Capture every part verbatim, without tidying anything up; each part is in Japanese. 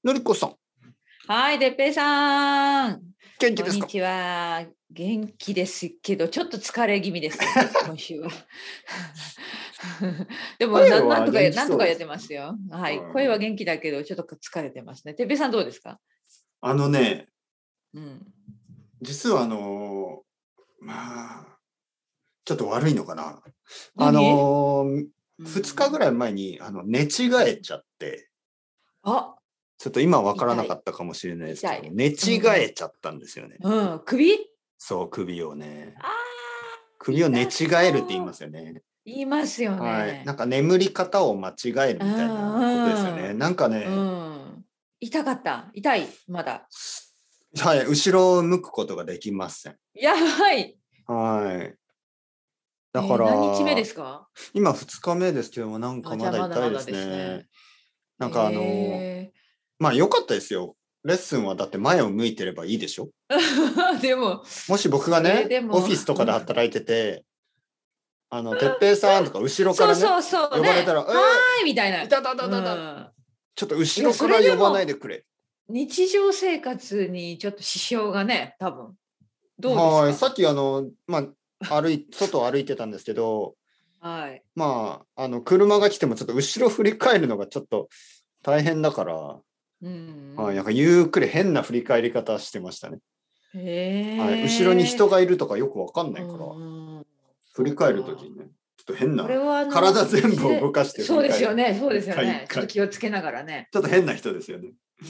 のりこさん。 はい、てっぺいさん。 元気ですか？ こんにちは。元気ですけど、ちょっと疲れ気味です。今週は。でもな、なんとか、なんとかやってますよ。はい、声は元気だけど、ちょっと疲れてますね。てっぺいさんどうですか？ あのね、 うん、 実はあのー、まあ、ちょっと悪いのかな。あ何？ のー、ふつかぐらい前にあの寝違えちゃって、 あ、 ちょっと今分からなかったかもしれないですけど、寝違えちゃったんですよね。 うん、うん、首？ そう、首をね。 あ首を寝違えるって言いますよね。 言いますよはい。 ね。 なんか眠り方を間違えるみたいなことですよね。なんかね、 うん。痛かった。痛い、まだ。 はい、後ろを向くことができません。 やばい。 はい。だかえー、何日目でら、 すか？ 今ふつかめですけども、なんかあ、じゃまだあまだまだ痛いですですね。 ね。なんかあの、 えまあ良かったですよ。レッスンはだって前を向いてればいいでしょ。 ー、でも、 もし僕がそれね、 でも、 オフィスとかで働いてて、あの、てっぺいさんとか後ろからね、 そうそうそうね、 呼ばれたら、 はえーいみたいー、いな。 たたたたた、 うん。 ちょっと後いや、 ろそれでから呼ばないでも、 くれ。 日常生活にちょっと支障がね、多分。どうですはい、 か？ さっきあの、まあ、歩い、外を歩いてたんですけど、 はい。 まあ、あの、車が来てもちょっと後ろ振り返るのがちょっと大変だから、 うんはい、なんかうん。 ゆっくり変な振り返り方してましたね。はい、後ろにへえ。 人がいるとかよくわかんなういから、 んうん。そう振り返るときか。 にね、ちょっと変な、 これはあの、 体全部を動自然、 かして振そうり返る。 ですよね、そうで一すよね。ちょっと回一回。 気をつけながらね。 ちょっと変な人ですよね。 うん。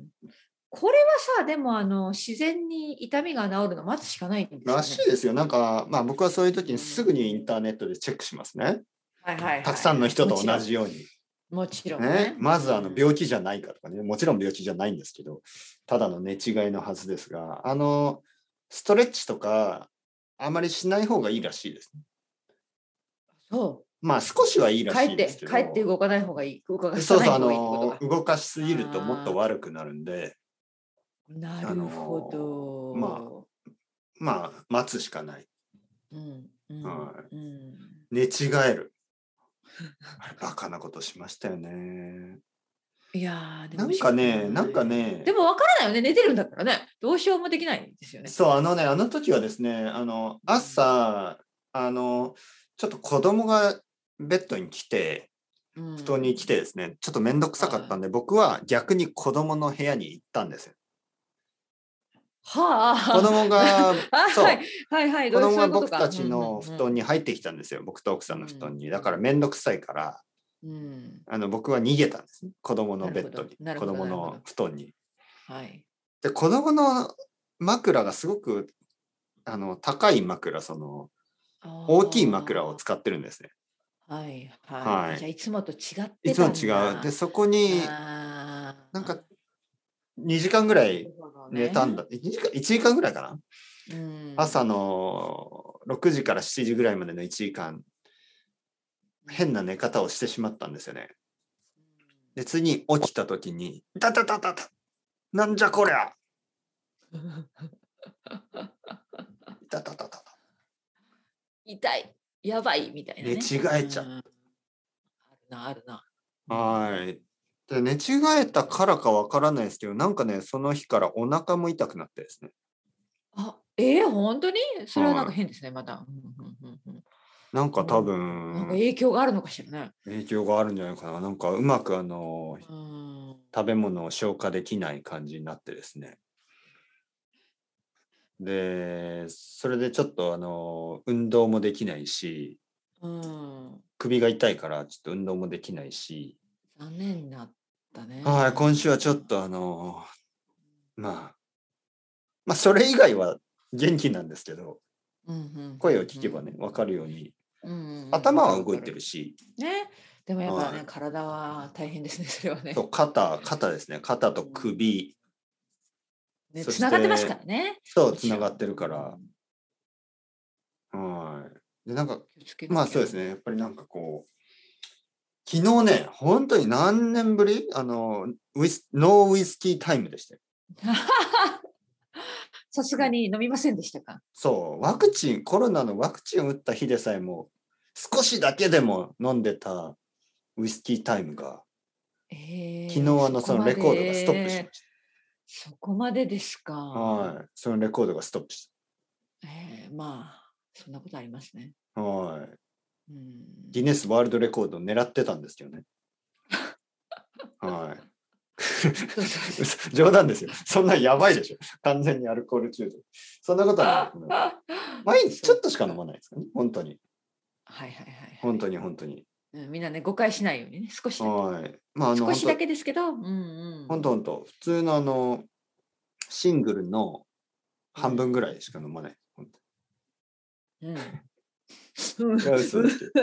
これはさ、でもあの自然に痛みが治るの待つしかないんですらかね。 しいですよ。なんか、まあ僕はそういう時にすぐうん、 にインターネットでチェックしますね。 はいはいたくはいはい。 さんの人ともちろん。 同じように。 もちろんね、 ね。 まずあのうん、 病気じゃないかとかね、もちろん病気じゃないんですけど、ただの寝違いのはずですが、あの、ストレッチとか、あまりしない方がいいらしいですね。 そまあ少しはいいう。 らしいです帰って、 けど、 帰って動かない方がいい。動かさそうそう、あない方がいいってことの、 か。 動かしすぎるともっとあ悪くなるんで、 あ、なあるほの、まあ、 ど。 まあ、待つしかない。 うんうんはい。 うん。 寝違える。あれ、バカなことしましたよね。 いやー、でなんもしょうがかね、なんかない。でね、 もわからないよね。寝てるんだからね。どうしようもできないですよね。 そう、あのね、あの時はですね、あの、 うん。 朝、あの、ちょっと子供がベッドに来て、 う布団に来てん。 ですね、ちょっとめんどくさかったはい。 んで、僕は逆に子供の部屋に行ったんですよ。 は子あ。 供が、 あ、はい。 そう、 はいはい。どういう、 子供そういうことか。 が僕たうん、うちの布団にん、 入ってきたんですよ。僕と奥うん。 さんの布団に。 うん、 だからめんどくさいから、 うん。うん。 あの、僕は逃げたんですね。子供のなるほど。 ベッドに。 なるほど、なるほど。 子供の布団に。 はい。 で、子供の枕がすごく、あの、高い枕、その、大きい枕をあ使ってるんですね。 あ、はい、はい。あ、じゃあ、 はい。 いつもと違っいつもてたん違う。で、 だ。 そこにああ、 なんかにじかんぐらいなるほどね。 寝たんだ。いちじかん、いちじかんぐらいかな。 う朝ん。 のろくじからしちじぐらいまでのいちじかん、 うん。 変な寝方をしてしまったんですよね。で、次に起きた時に、いたたたたた、なんじゃこりゃ、いたたたたた、 痛い、やばいみたいな寝違ね。 えちゃっうん。あるな、あるな。うた。 ん。 はい。で、寝違えたからかわからないですけど、なんかね、その日からお腹も痛くなってですね。 あ、えー、本当に？それはなんかはい。 変ですね、また。うんうんうんうん。 なんか多おお、なんか分、 影響があるのかしらね。 影響があるんじゃないかな。なんかうまくあの、 うん。 食べ物を消化できない感じになってですね。で、それでちょっとあの、運動もできないし、 うん。 首が痛いからちょっと運動もできないし、 残念になったね。 はい、 うん。 今週はちょっとあの、まあ、まあ、それ以外は元気なんですけど、 うんうんう声をんうん。 聞けばね、わかるように、 うんうんうん。わ頭は動いてかるわかる。 るし、 ね。でもやっぱね、 はい、 体は大変ですね、それはね。 そう、肩、肩ですね、肩とうん。 首、 ね、 そし繋がってますかて、 らね。 そう、 もちろん。 つながってるから、 うん。 はい。で、なんか、 気をつけなきゃ。 まあそうですね、やっぱりなんかこう、昨日ね、本当に何年ぶりあの、ウィス、ノーウイスキータイムでしたよ。 さすがに飲みませんでしたか？ そう、ワクチン、コロナのワクチンを打った日でさえも、少しだけでも飲んでたウイスキータイムが、 えー、 昨日あのそのレコードがストップしましそこまでですか。 た。はい。そのレコードがストップしえー、まあそんなことありますね。 た。はい。 うん、 ギネスワールドレコードを狙ってたんですよね。はい。 そうそうそ冗談ですよ。そんなんやばいでしょ。完全にアルコール中毒。そんなことはない。毎日ちょっとしか飲まないですかね。本当に。 はいはいはい、はい。 本当に本当に。 うん、みんなね誤解しないようにね、少しだけ。 はい。まああの少しだけですけど、うんうん。 本当本当普通のあのシングルの半分ぐらいしか飲まない。本当うん。 いや嘘ですけど。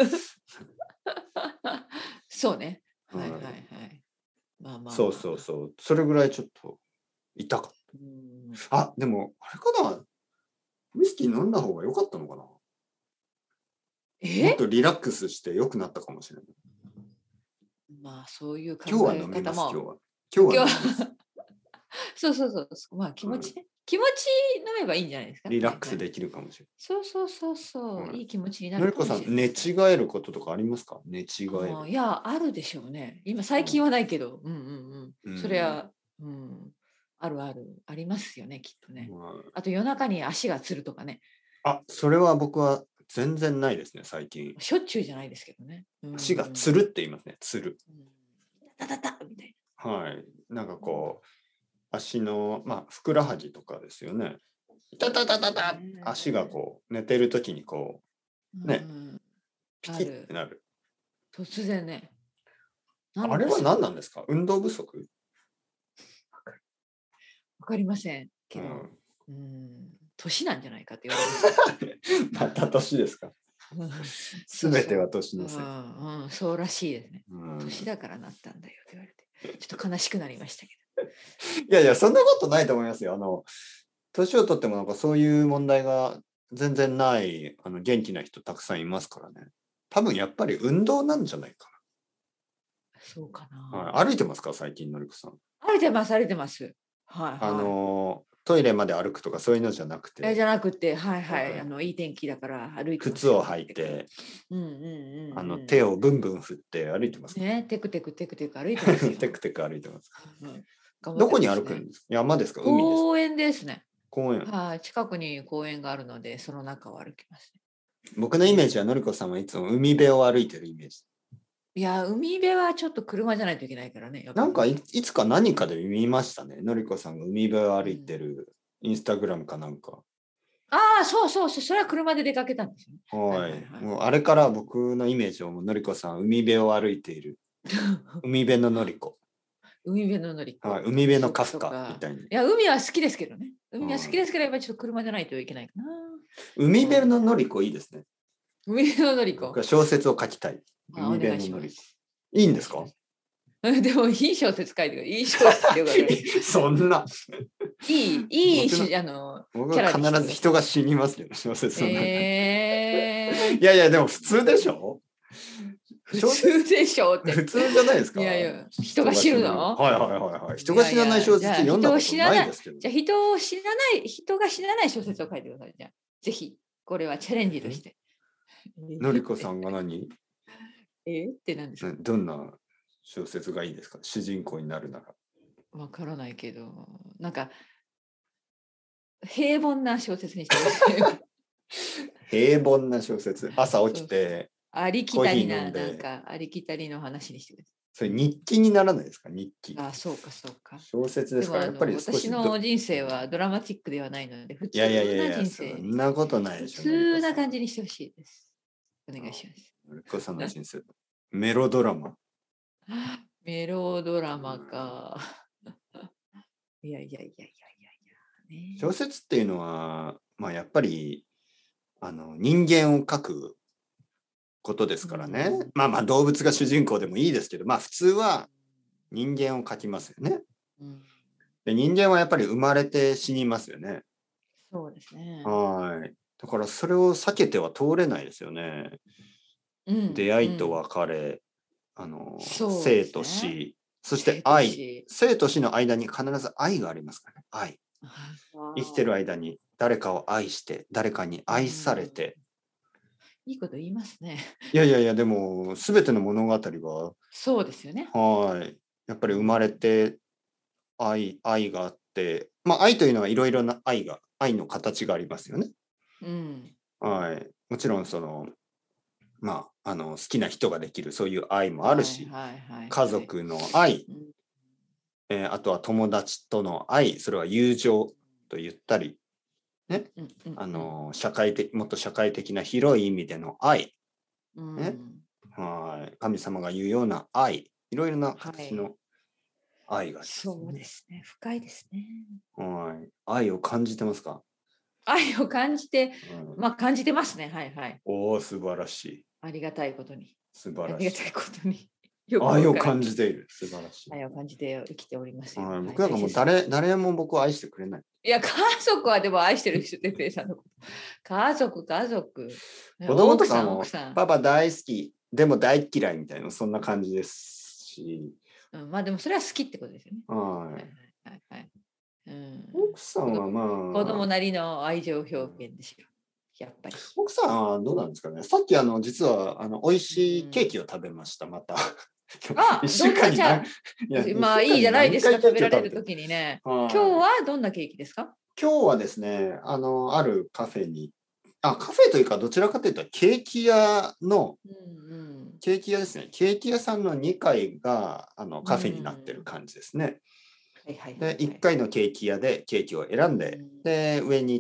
そうね。 はいはいはいはい。まあまあまあ、 そうそうそう。それぐらいちょっと痛かっうん。 た。あ、でもあれかな。ウイスキー飲んだ方が良かったのかな。もっえとリラックスして良くなったかもしれない。 まあそういう考今日はえ飲みます。 方も。 今日は。今日は飲み今日ます。 そうそうそう。まあ気持ちね。気持ち飲めばいいんじゃないですか。 リラックスはいはいできるかもしれそうそうそうそう。 はいいい気持ちになない。のるりこさん、 かもしれない。 寝違えることとかありますか？寝違える。 あーいや、あるでしょうね。今、最近はないけど。うんうんううんん。それは、うん、あるある。ありますよね、きっとね。 はいあと夜中に足がつるとかね。 あ、それは僕は全然ないですね、最近。 しょっちゅうじゃないですけどね。うん足がつるって言いますね、つる。 うんタタタみたいはい。なんかこう、足の、まあ、ふくらはぎとかですよね。タタタタタね足がこう、寝てる時にこう、 な。 ね、 うんピキッてなる。 突然ね。なあれはんだそれ何なんですか？運動不足？ わかりませんけど、 うん。 うん、年なんじゃないかって言われます。 また年ですか？ うんすべては年うのせい。 ん、うん、そうらしいですね。 うん年だからなったんだよって言われて、ちょっと悲しくなりましたけいやいや、そんなことないと思いますよ。あの、年を取ってもなんかそういう問題が全然ないあの元気な人たくさんいますからね。多分やっぱり運動なんじゃないかど。そうかな。 な。 はい、歩いてますか最近のりこさん。 歩いてます、歩いてます。はいあはい。 のトイレまで歩くとかそういうのじゃなくえじて、 ゃなくて、はいはい、 はいあのいい天気だから歩いてますよ。 靴を履いて、 うんうんうんあのうん。 手をブンブン振って歩いてますか？ ね、テクテクテクテク歩いてますよ。 テクテク歩いてますか？ うん頑張っどこにてますね。 歩くんですか？山ですか？海ですか？ 公園ですね。 公園。 はい、近くに公園があるので、その中を歩きますね。 僕のイメージはのりこさんはいつも海辺を歩いてるイメージ。 いや、海辺はちょっと車じゃないといけないからね。やっぱなんかい、いつか何かで見ましたね。のりこさんが海辺を歩いてるインスタグラムかなんか。 ああ、そうそうそう、それは車で出かけたんですよね。 はい。 はいはいはいもうあれから僕のイメージはもうのりこさん海辺を歩いている。海辺ののりこ。 海辺の乗り子。 はい。海辺のカフそうかそうかカみたいに。 いや、海は好きですけどね。海は好きうんですけど、やっぱりちょっと車じゃないといけないかな。 海辺ののりこいいですね。 海辺の乗り子。 僕は小説を書きたい。 あお海願いしま辺ののりこ。 す。 いいんですか？ でも、いい小説書いてくれ。いい小説ってよかった。 そんな。 いい、いい僕のし、あの、 僕はキャラにして必ず人が死にますけど、小説の中で。 えー、 いやいや、でも普通でしょ？ 普通でしょうって。 普通じゃないですか？ いやいや、人が死ぬのはいはいはいはい。人が死なない小説読んだことないですけど。 じゃあ人を死なない、人が死なない小説を書いてください。じゃあ、ぜひ、これはチャレンジとして。 のりこさんが何？ えって何ですか？ どんな小説がいいですか？主人公になるなら。 わからないけど、なんか、平凡な小説にしてほしい。 平凡な小説。朝起きて、 ありきたりな、 コーヒー飲んでなんか、ありきたりの話にしてくださそれ日記にならないですか？日記い。。あ、そうか、そうか。 小説ですから、やっぱり少し私の人生はドラマチックではないので、普通いやいやいやいや、 な人そ生んなことないでしょ。 普通な感じにしてほしいです。お願いします。 のりこさんの人生。メロドラマ。 メロドラマか。いやいやいやいやいやいや、ね。 小説っていうのは、まあやっぱり、あの、人間を描くことですからね。 うんまあまあ動物が主人公でもいいですけど、まあ普通は人間を描きますよね。 うんで人間はやっぱり生まれて死にますよね。 そうですね。 はい。だからそれを避けては通れないですよね。 うん出会いとうん別れ、あの、 そうで生とすね死、そして愛。 生と死生と死の間に必ず愛がありますからね。愛。生きてる間に誰かを愛して、誰かに愛されて。 いいこと言いますね。 いやいやいや、でも、すべての物語は、 そうですよね。 はい。 やっぱり生まれて愛、愛があって、まあ愛というのはいろいろな愛が、愛の形がありますよね。 うんはい。もちろんその、まあ、あの好きな人ができるそういう愛もあはいるし、 はいはいはい家族の愛、 うんえーあとは友達との愛、それは友情と言ったり、ね、 うんうんあの社会的、もっと社会的な広い意味での愛、 うんね、はい、神様が言うような愛、いろいろなはい形の愛がありますそうね。 ですね深いですねはい、愛を感じてますか？ 愛を感じてうん、 まあ感じてますねはいはいおお、素晴らしい。 ありがたいことに素晴らしい。 ありがたいことによく愛をわからない感じている。素晴らしい。 愛を感じて生きておりますよ、 はい、 はい僕なんかもう大切に誰、誰も僕を愛してくれない。 いや家族はでも愛してるでしょてっぺいさんのこと家族家族子供と奥さんかも奥さんパパ大好き、でも大嫌いみたいな、そんな感じですし、 うん、まあでもそれは好きってことですよね。 ははいはいはいはい。うん、 奥さんはまあ、 子供なりの愛情表現ですよ。やっぱり。 奥さんはどうなんですかね。さっきあの実はあの美味しいケーキを食べました、また。 あ、 一週間に何いやまあいいじゃないですか、食べられるとき。 きにね。 今今日はどんなケーキですか？ 今日はですね、あの、あるカフェに、あ、カフェというかどちらかというとケーキ屋の、 うんうん、 ケーキ屋ですね。ケーキ屋さんのにかいがあのカフェになってる感じですね。 はいはいはいで、 はいいっかいのケーキ屋でケーキを選んで、 うんで、上に行って、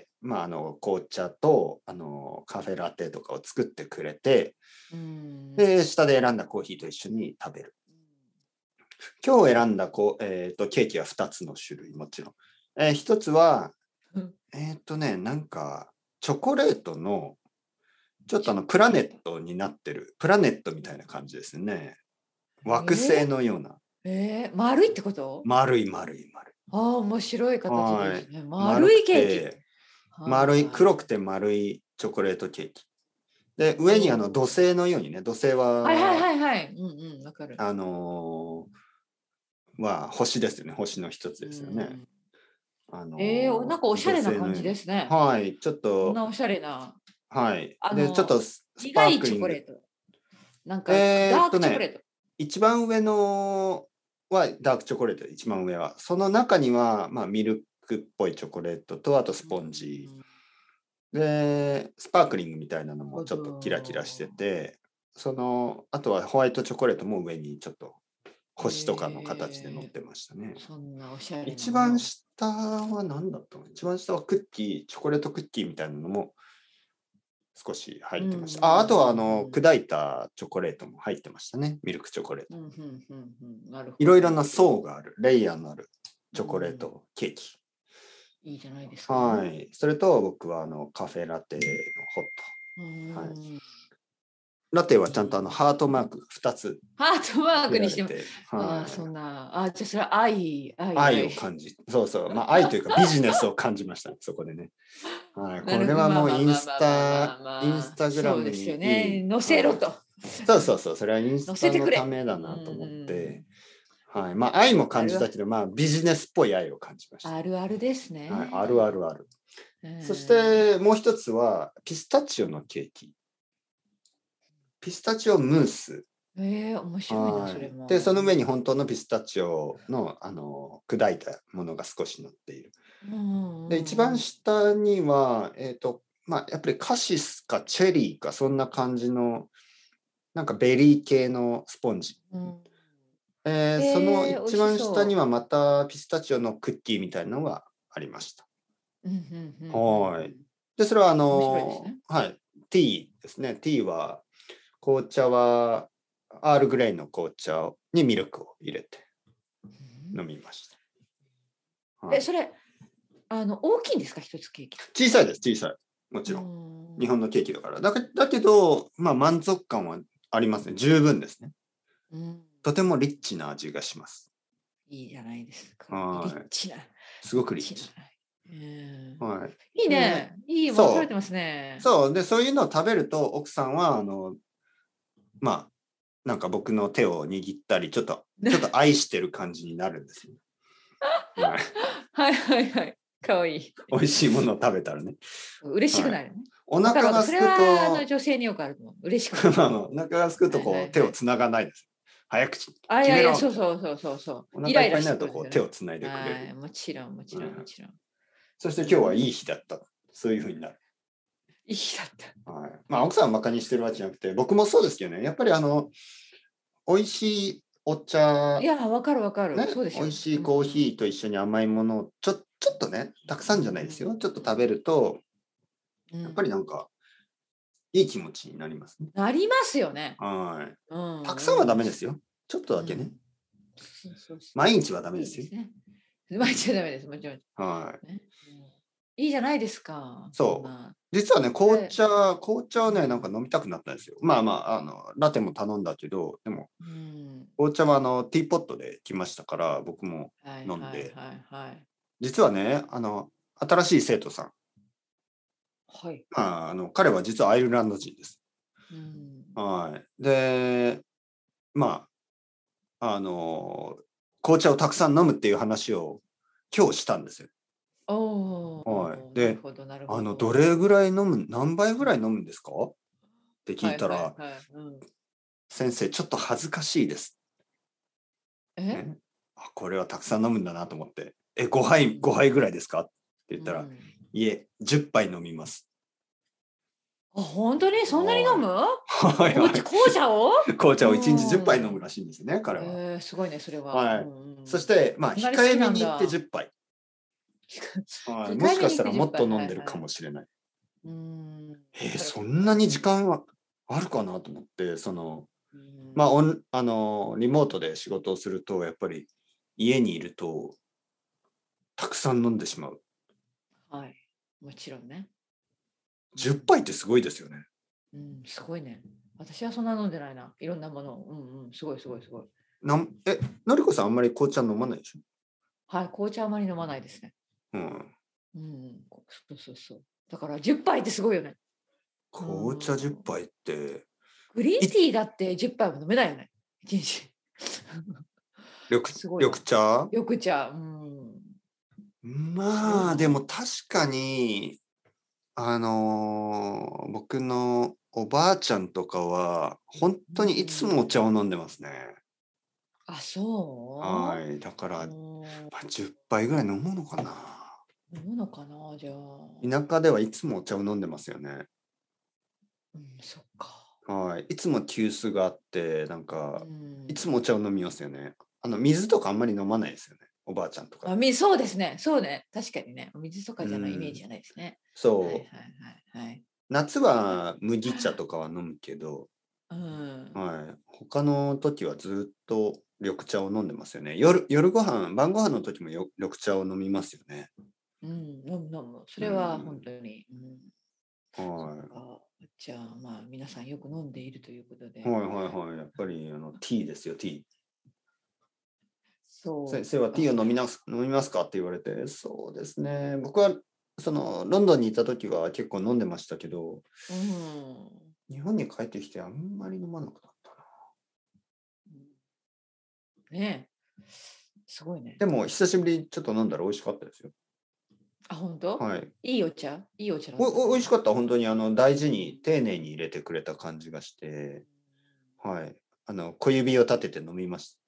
まあ、あの紅茶とあのカフェラテとかを作ってくれて、 うんで、下で選んだコーヒーと一緒に食べる。今日選んだこう、えーと、ケーキはふたつの種類、もちろん。えー、ひとつは、 うんえっとね、なんか、チョコレートの、ちょっとあの、プラネットになってる、プラネットみたいな感じですね。惑星のような。 えー、丸いってこと？ 丸い丸い丸い。 ああ、面白い形ですね。 はい、 丸いケーキ。 丸くて丸い、黒くて丸いチョコレートケーキ。で、上にあの土星のようにね、土星は、 はいはいはいはい。うんうん、わかる。 あのー、は星ですよね。星の一つですよね。 うんあのー、 えー、なんかおしゃれな感じですね。 はい、ちょっそんと、 なおしゃれな。 はい。 あので、ちょっとスパ苦いークリング。 チョコレート。なんか、 えーっとダークチョコレーね、 ト。 一番上のはダークチョコレート、一番上は。その中には、まあ、ミルクっぽいチョコレートと、あとスポンジ。 うんで、スパークリングみたいなのもちょっとキラキラしてて、その、あとはホワイトチョコレートも上にちょっと星とかの形で乗ってましたね。 そんなおしゃれな。 一番下は何だったの？一番下はクッキー、チョコレートクッキーみたいなのも少し入ってました。あ、あとはあの砕いたチョコレートも入ってましたね。ミルクチョコレート。 うんうんうんうん、なるほど。 いろいろな層がある、レイヤーのあるチョコレートケーキ。 いいじゃないですか。 はい。それと僕はあのカフェラテのホット。はい、ラテはちゃんとあのハートマークふたつ。 ハートマークにしても。 はい、 ああ、そんな。あ、じゃあそれは愛、愛、 愛を感じ。そうそう。まあ愛というかビジネスを感じました、そこでね。はい、これはもうインスタ、インスタグラムに。 そうですよね。載せろと。 そうそうそう。それはインスタのためだなと思って。はい。まあ愛も感じたけど、まあビジネスっぽい愛を感じました。 あるあるですね。 はい、あるあるある。そしてもう一つはピスタチオのケーキ。ピスタチオムース。 えー、面白いな、それも。 で、その上に本当のピスタチオの、あの砕いたものが少し乗っている。で、一番下には、えっと、まあ、やっぱりカシスかチェリーか、そんな感じの、なんかベリー系のスポンジ。うんえーえー、その一番下にはまたピスタチオのクッキーみたいなのがありました。はい。で、それはあの、ね、はい、ティーですね。ティーは、紅茶はアールグレイの紅茶にミルクを入れて飲みました。 はい、え、それ、あの、大きいんですか、一つケーキ。 小さいです、小さい。もちろん。ん日本のケーキだから。だけだけど、まあ満足感はありますね。十分ですね。うんとてもリッチな味がします。 いいじゃないですか。リッチな。 すごくリッチ。 はい、いいね。いい、分かれてますね。 そう。で、そういうのを食べると、奥さんは、あの、まあ、なんか僕の手を握ったり、ちょっと、ちょっと愛してる感じになるんですよ。 はい、はいはいはい。かわいい。 美味しいものを食べたらね。 嬉しくなるね。はい、 お腹がすくと、 それはあの女性によくあるの。嬉しくなる。 お腹がすくとこう、はいはいはい、手をつながないです。 早口あ、いやいや、 決めろそうそうそうそうそう。 お腹イライラいっぱいになるとしてくるんですよね。 こう手をつないでくれる。 はい、もちろん、もちろん、 うんもちろん。 そして今日はいい日だった。そういうふうになる。 いい日だった。 はい。まあ奥さんをバカにしてるわけじゃなくて、僕もそうですけどね。やっぱりあの、美味しいお茶、 いや、わかるわかる。 ね、 そうでしょ。 美味しいコーヒーと一緒に甘いものをちょ、ちょっとね、たくさんじゃないですよ。ちょっと食べると、 うん、 やっぱりなんか、いい気持ちになりますね。 なりますよね。 はい。 うん、 たくさんはダメですよ。ちょっとだけね。 うんそうそうそう毎日はダメですよ。 いいね。毎日はダメです。もちろん。 はい。 ねうんいいじゃないですか。 そうんな実はね、紅茶、紅茶はね、 うんなんか飲みたくなったんですよ。まあまあ、あの、ラテも頼んだけど、でも、 うん。 紅茶はあの、ティーポットで来ましたから、僕もはい飲んで。 はいはいはい。 実はね、あの、新しい生徒さん。 はい。 まあ、あの、彼は実はアイルランド人です。 うん。 はい。で、まあ、あの、紅茶をたくさん飲むっていう話を今日したんですよ。 おはい。 お、なでるほどなるほど。 あの、どれぐらい飲む、何杯ぐらい飲むんですかって聞いたら、 はいはいはいうん、 先生、ちょっと恥ずかしいです。 え、 ね、あこれはたくさん飲むんだなと思って、え、ごはい、ごはいぐらいですかって言ったら、 うんいえ、じゅっぱい飲みます。 あ、本当にそんなに飲むはいはい紅茶紅茶を紅茶をいちにちじゅっぱい飲むうんらしいんですね、彼は。 えー、すごいね、それは。 はい。 うんうんそして、まあ、 そんなに好控えきなんだめに言ってじゅっぱい。はい。も控えしかしたらめに言ってじゅっぱいもっと飲んでるはいはいかもしれない。 うんえーそんなに時間はあるかなと思って、その、 うんまあ、オンあのリモートで仕事をするとやっぱり家にいるとたくさん飲んでしまう。 はい、もちろんね。 じゅっぱいってすごいですよね。 うん、すごいね。私はそんな飲んでないな。いろんなものを。うんうん、すごいすごいすごい。 なんえ、のりこさんあんまり紅茶飲まないでしょ。 はい、紅茶あまり飲まないですね。 うん。 うん、こそうそうそう。だからじゅっぱいってすごいよね。 紅茶じゅっうんぱいってグリーンいティーだってじゅっぱいも飲めないよね。一日。 緑すごいわ。 緑茶緑茶。うん。 まあでも確かにあのー僕のおばあちゃんとかは本当にいつもお茶を飲んでますね。 あ、そうはい。だから、 うんまあ、じゅっぱいぐらい飲むのかな。 飲むのかなじゃあ。 田舎ではいつもお茶を飲んでますよね。 うん、そっか。 はい。いつも急須があって、なんうか、 んいつもお茶を飲みますよね。あの、水とかあんまり飲まないですよね。おばあちゃんとか。 あみそうですね。そうね。確かにね。お水とかじゃないうんイメージじゃないですね。 そう。 はいはいはいはい。 夏は麦茶とかは飲むけど、 うん。 はい。他の時はずっと緑茶を飲んでますよね。夜、夜ご飯、晩ご飯の時もよ緑茶を飲みますよね。 うん、飲む飲む。それは本当に。うんはあじゃあまあ皆さんよく飲んでいるということで。 い。はいはいはい。やっぱり、あの、ティーですよ、ティー。 そう。 先生はティーを飲みなす飲みますかって言われて、そうですね。僕はそのロンドンにいた時は結構飲んでましたけど、 うん。 日本に帰ってきてあんまり飲まなくなったな。 ねえ。すごいね。 でも久しぶりにちょっと飲んだら美味しかったですよ。 あ、本当？ はい。 いいお茶いいお茶だったおお美味しかった。本当にあの大事に丁寧に入れてくれた感じがして、はい。あの小指を立てて飲みました。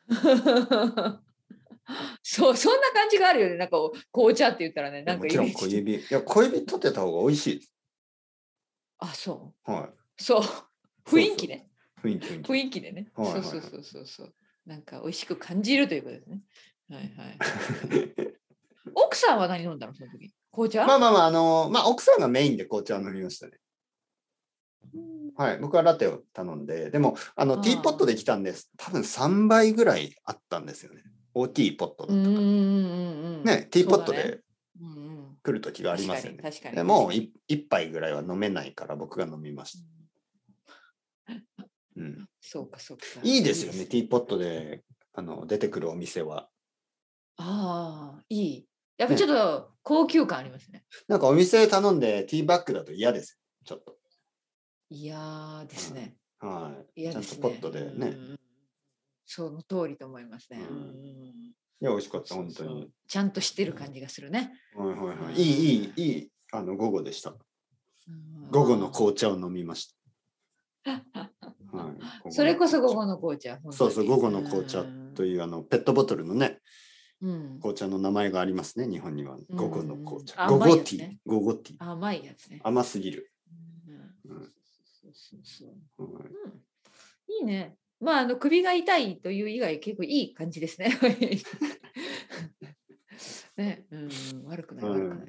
そう、そんな感じがあるよね。なんか紅茶って言ったらね、 いやなんかもちろん小指、いや小指立てた方が美味しいです。 あ、そはい。 う。そう。雰囲気ね。 雰囲気雰囲気。 雰囲気でね。 はいはいはいそうそうそうそうそう。なんか美味しく感じるということですね。はいはいはい。奥さんは何飲んだのその時？紅茶？ まあまあまあ、あのまあ奥さんがメインで紅茶を飲みましたね。はい、僕はラテを頼んで、でもあのあーティーポットで来たんです。多分さんばいぐらいあったんですよね。大きいポットだったから。 うんうんうんうん。 ね、ティーポットそうだねでうんうん来る時がありますよね。 確かに確かにでも確かにい一杯ぐらいは飲めないから僕が飲みました。うん、 そうかそうか。 いいですよね、 いいティーポットであの出てくるお店は。 ああ、いい。やっぱちょっと高級感ありますね。 なんかお店頼んでティーバッグだと嫌です。ちょっと。 いやーですね。 はい。 嫌ですね。 ちゃんとポットでね。 うんその通りと思いますね。 うんうんいや、美味しかった、 そうそう本当に。 ちゃんとしてる感じがするね。 はいはいはい。 うんいい、いい、いい、あの、午後でした。 うん午後の紅茶を飲みました。 はい、 それこそ午後の紅茶。 そうそう、午後の紅茶というあのペットボトルのね、 うん、 紅茶の名前がありますね、日本には。午後の紅茶。 うん、 午後ティー。午後ティー。 甘いやつね。 甘すぎる。 いいね。まあ、あの首が痛いという以外結構いい感じですね。ね、うん、悪くない悪くない。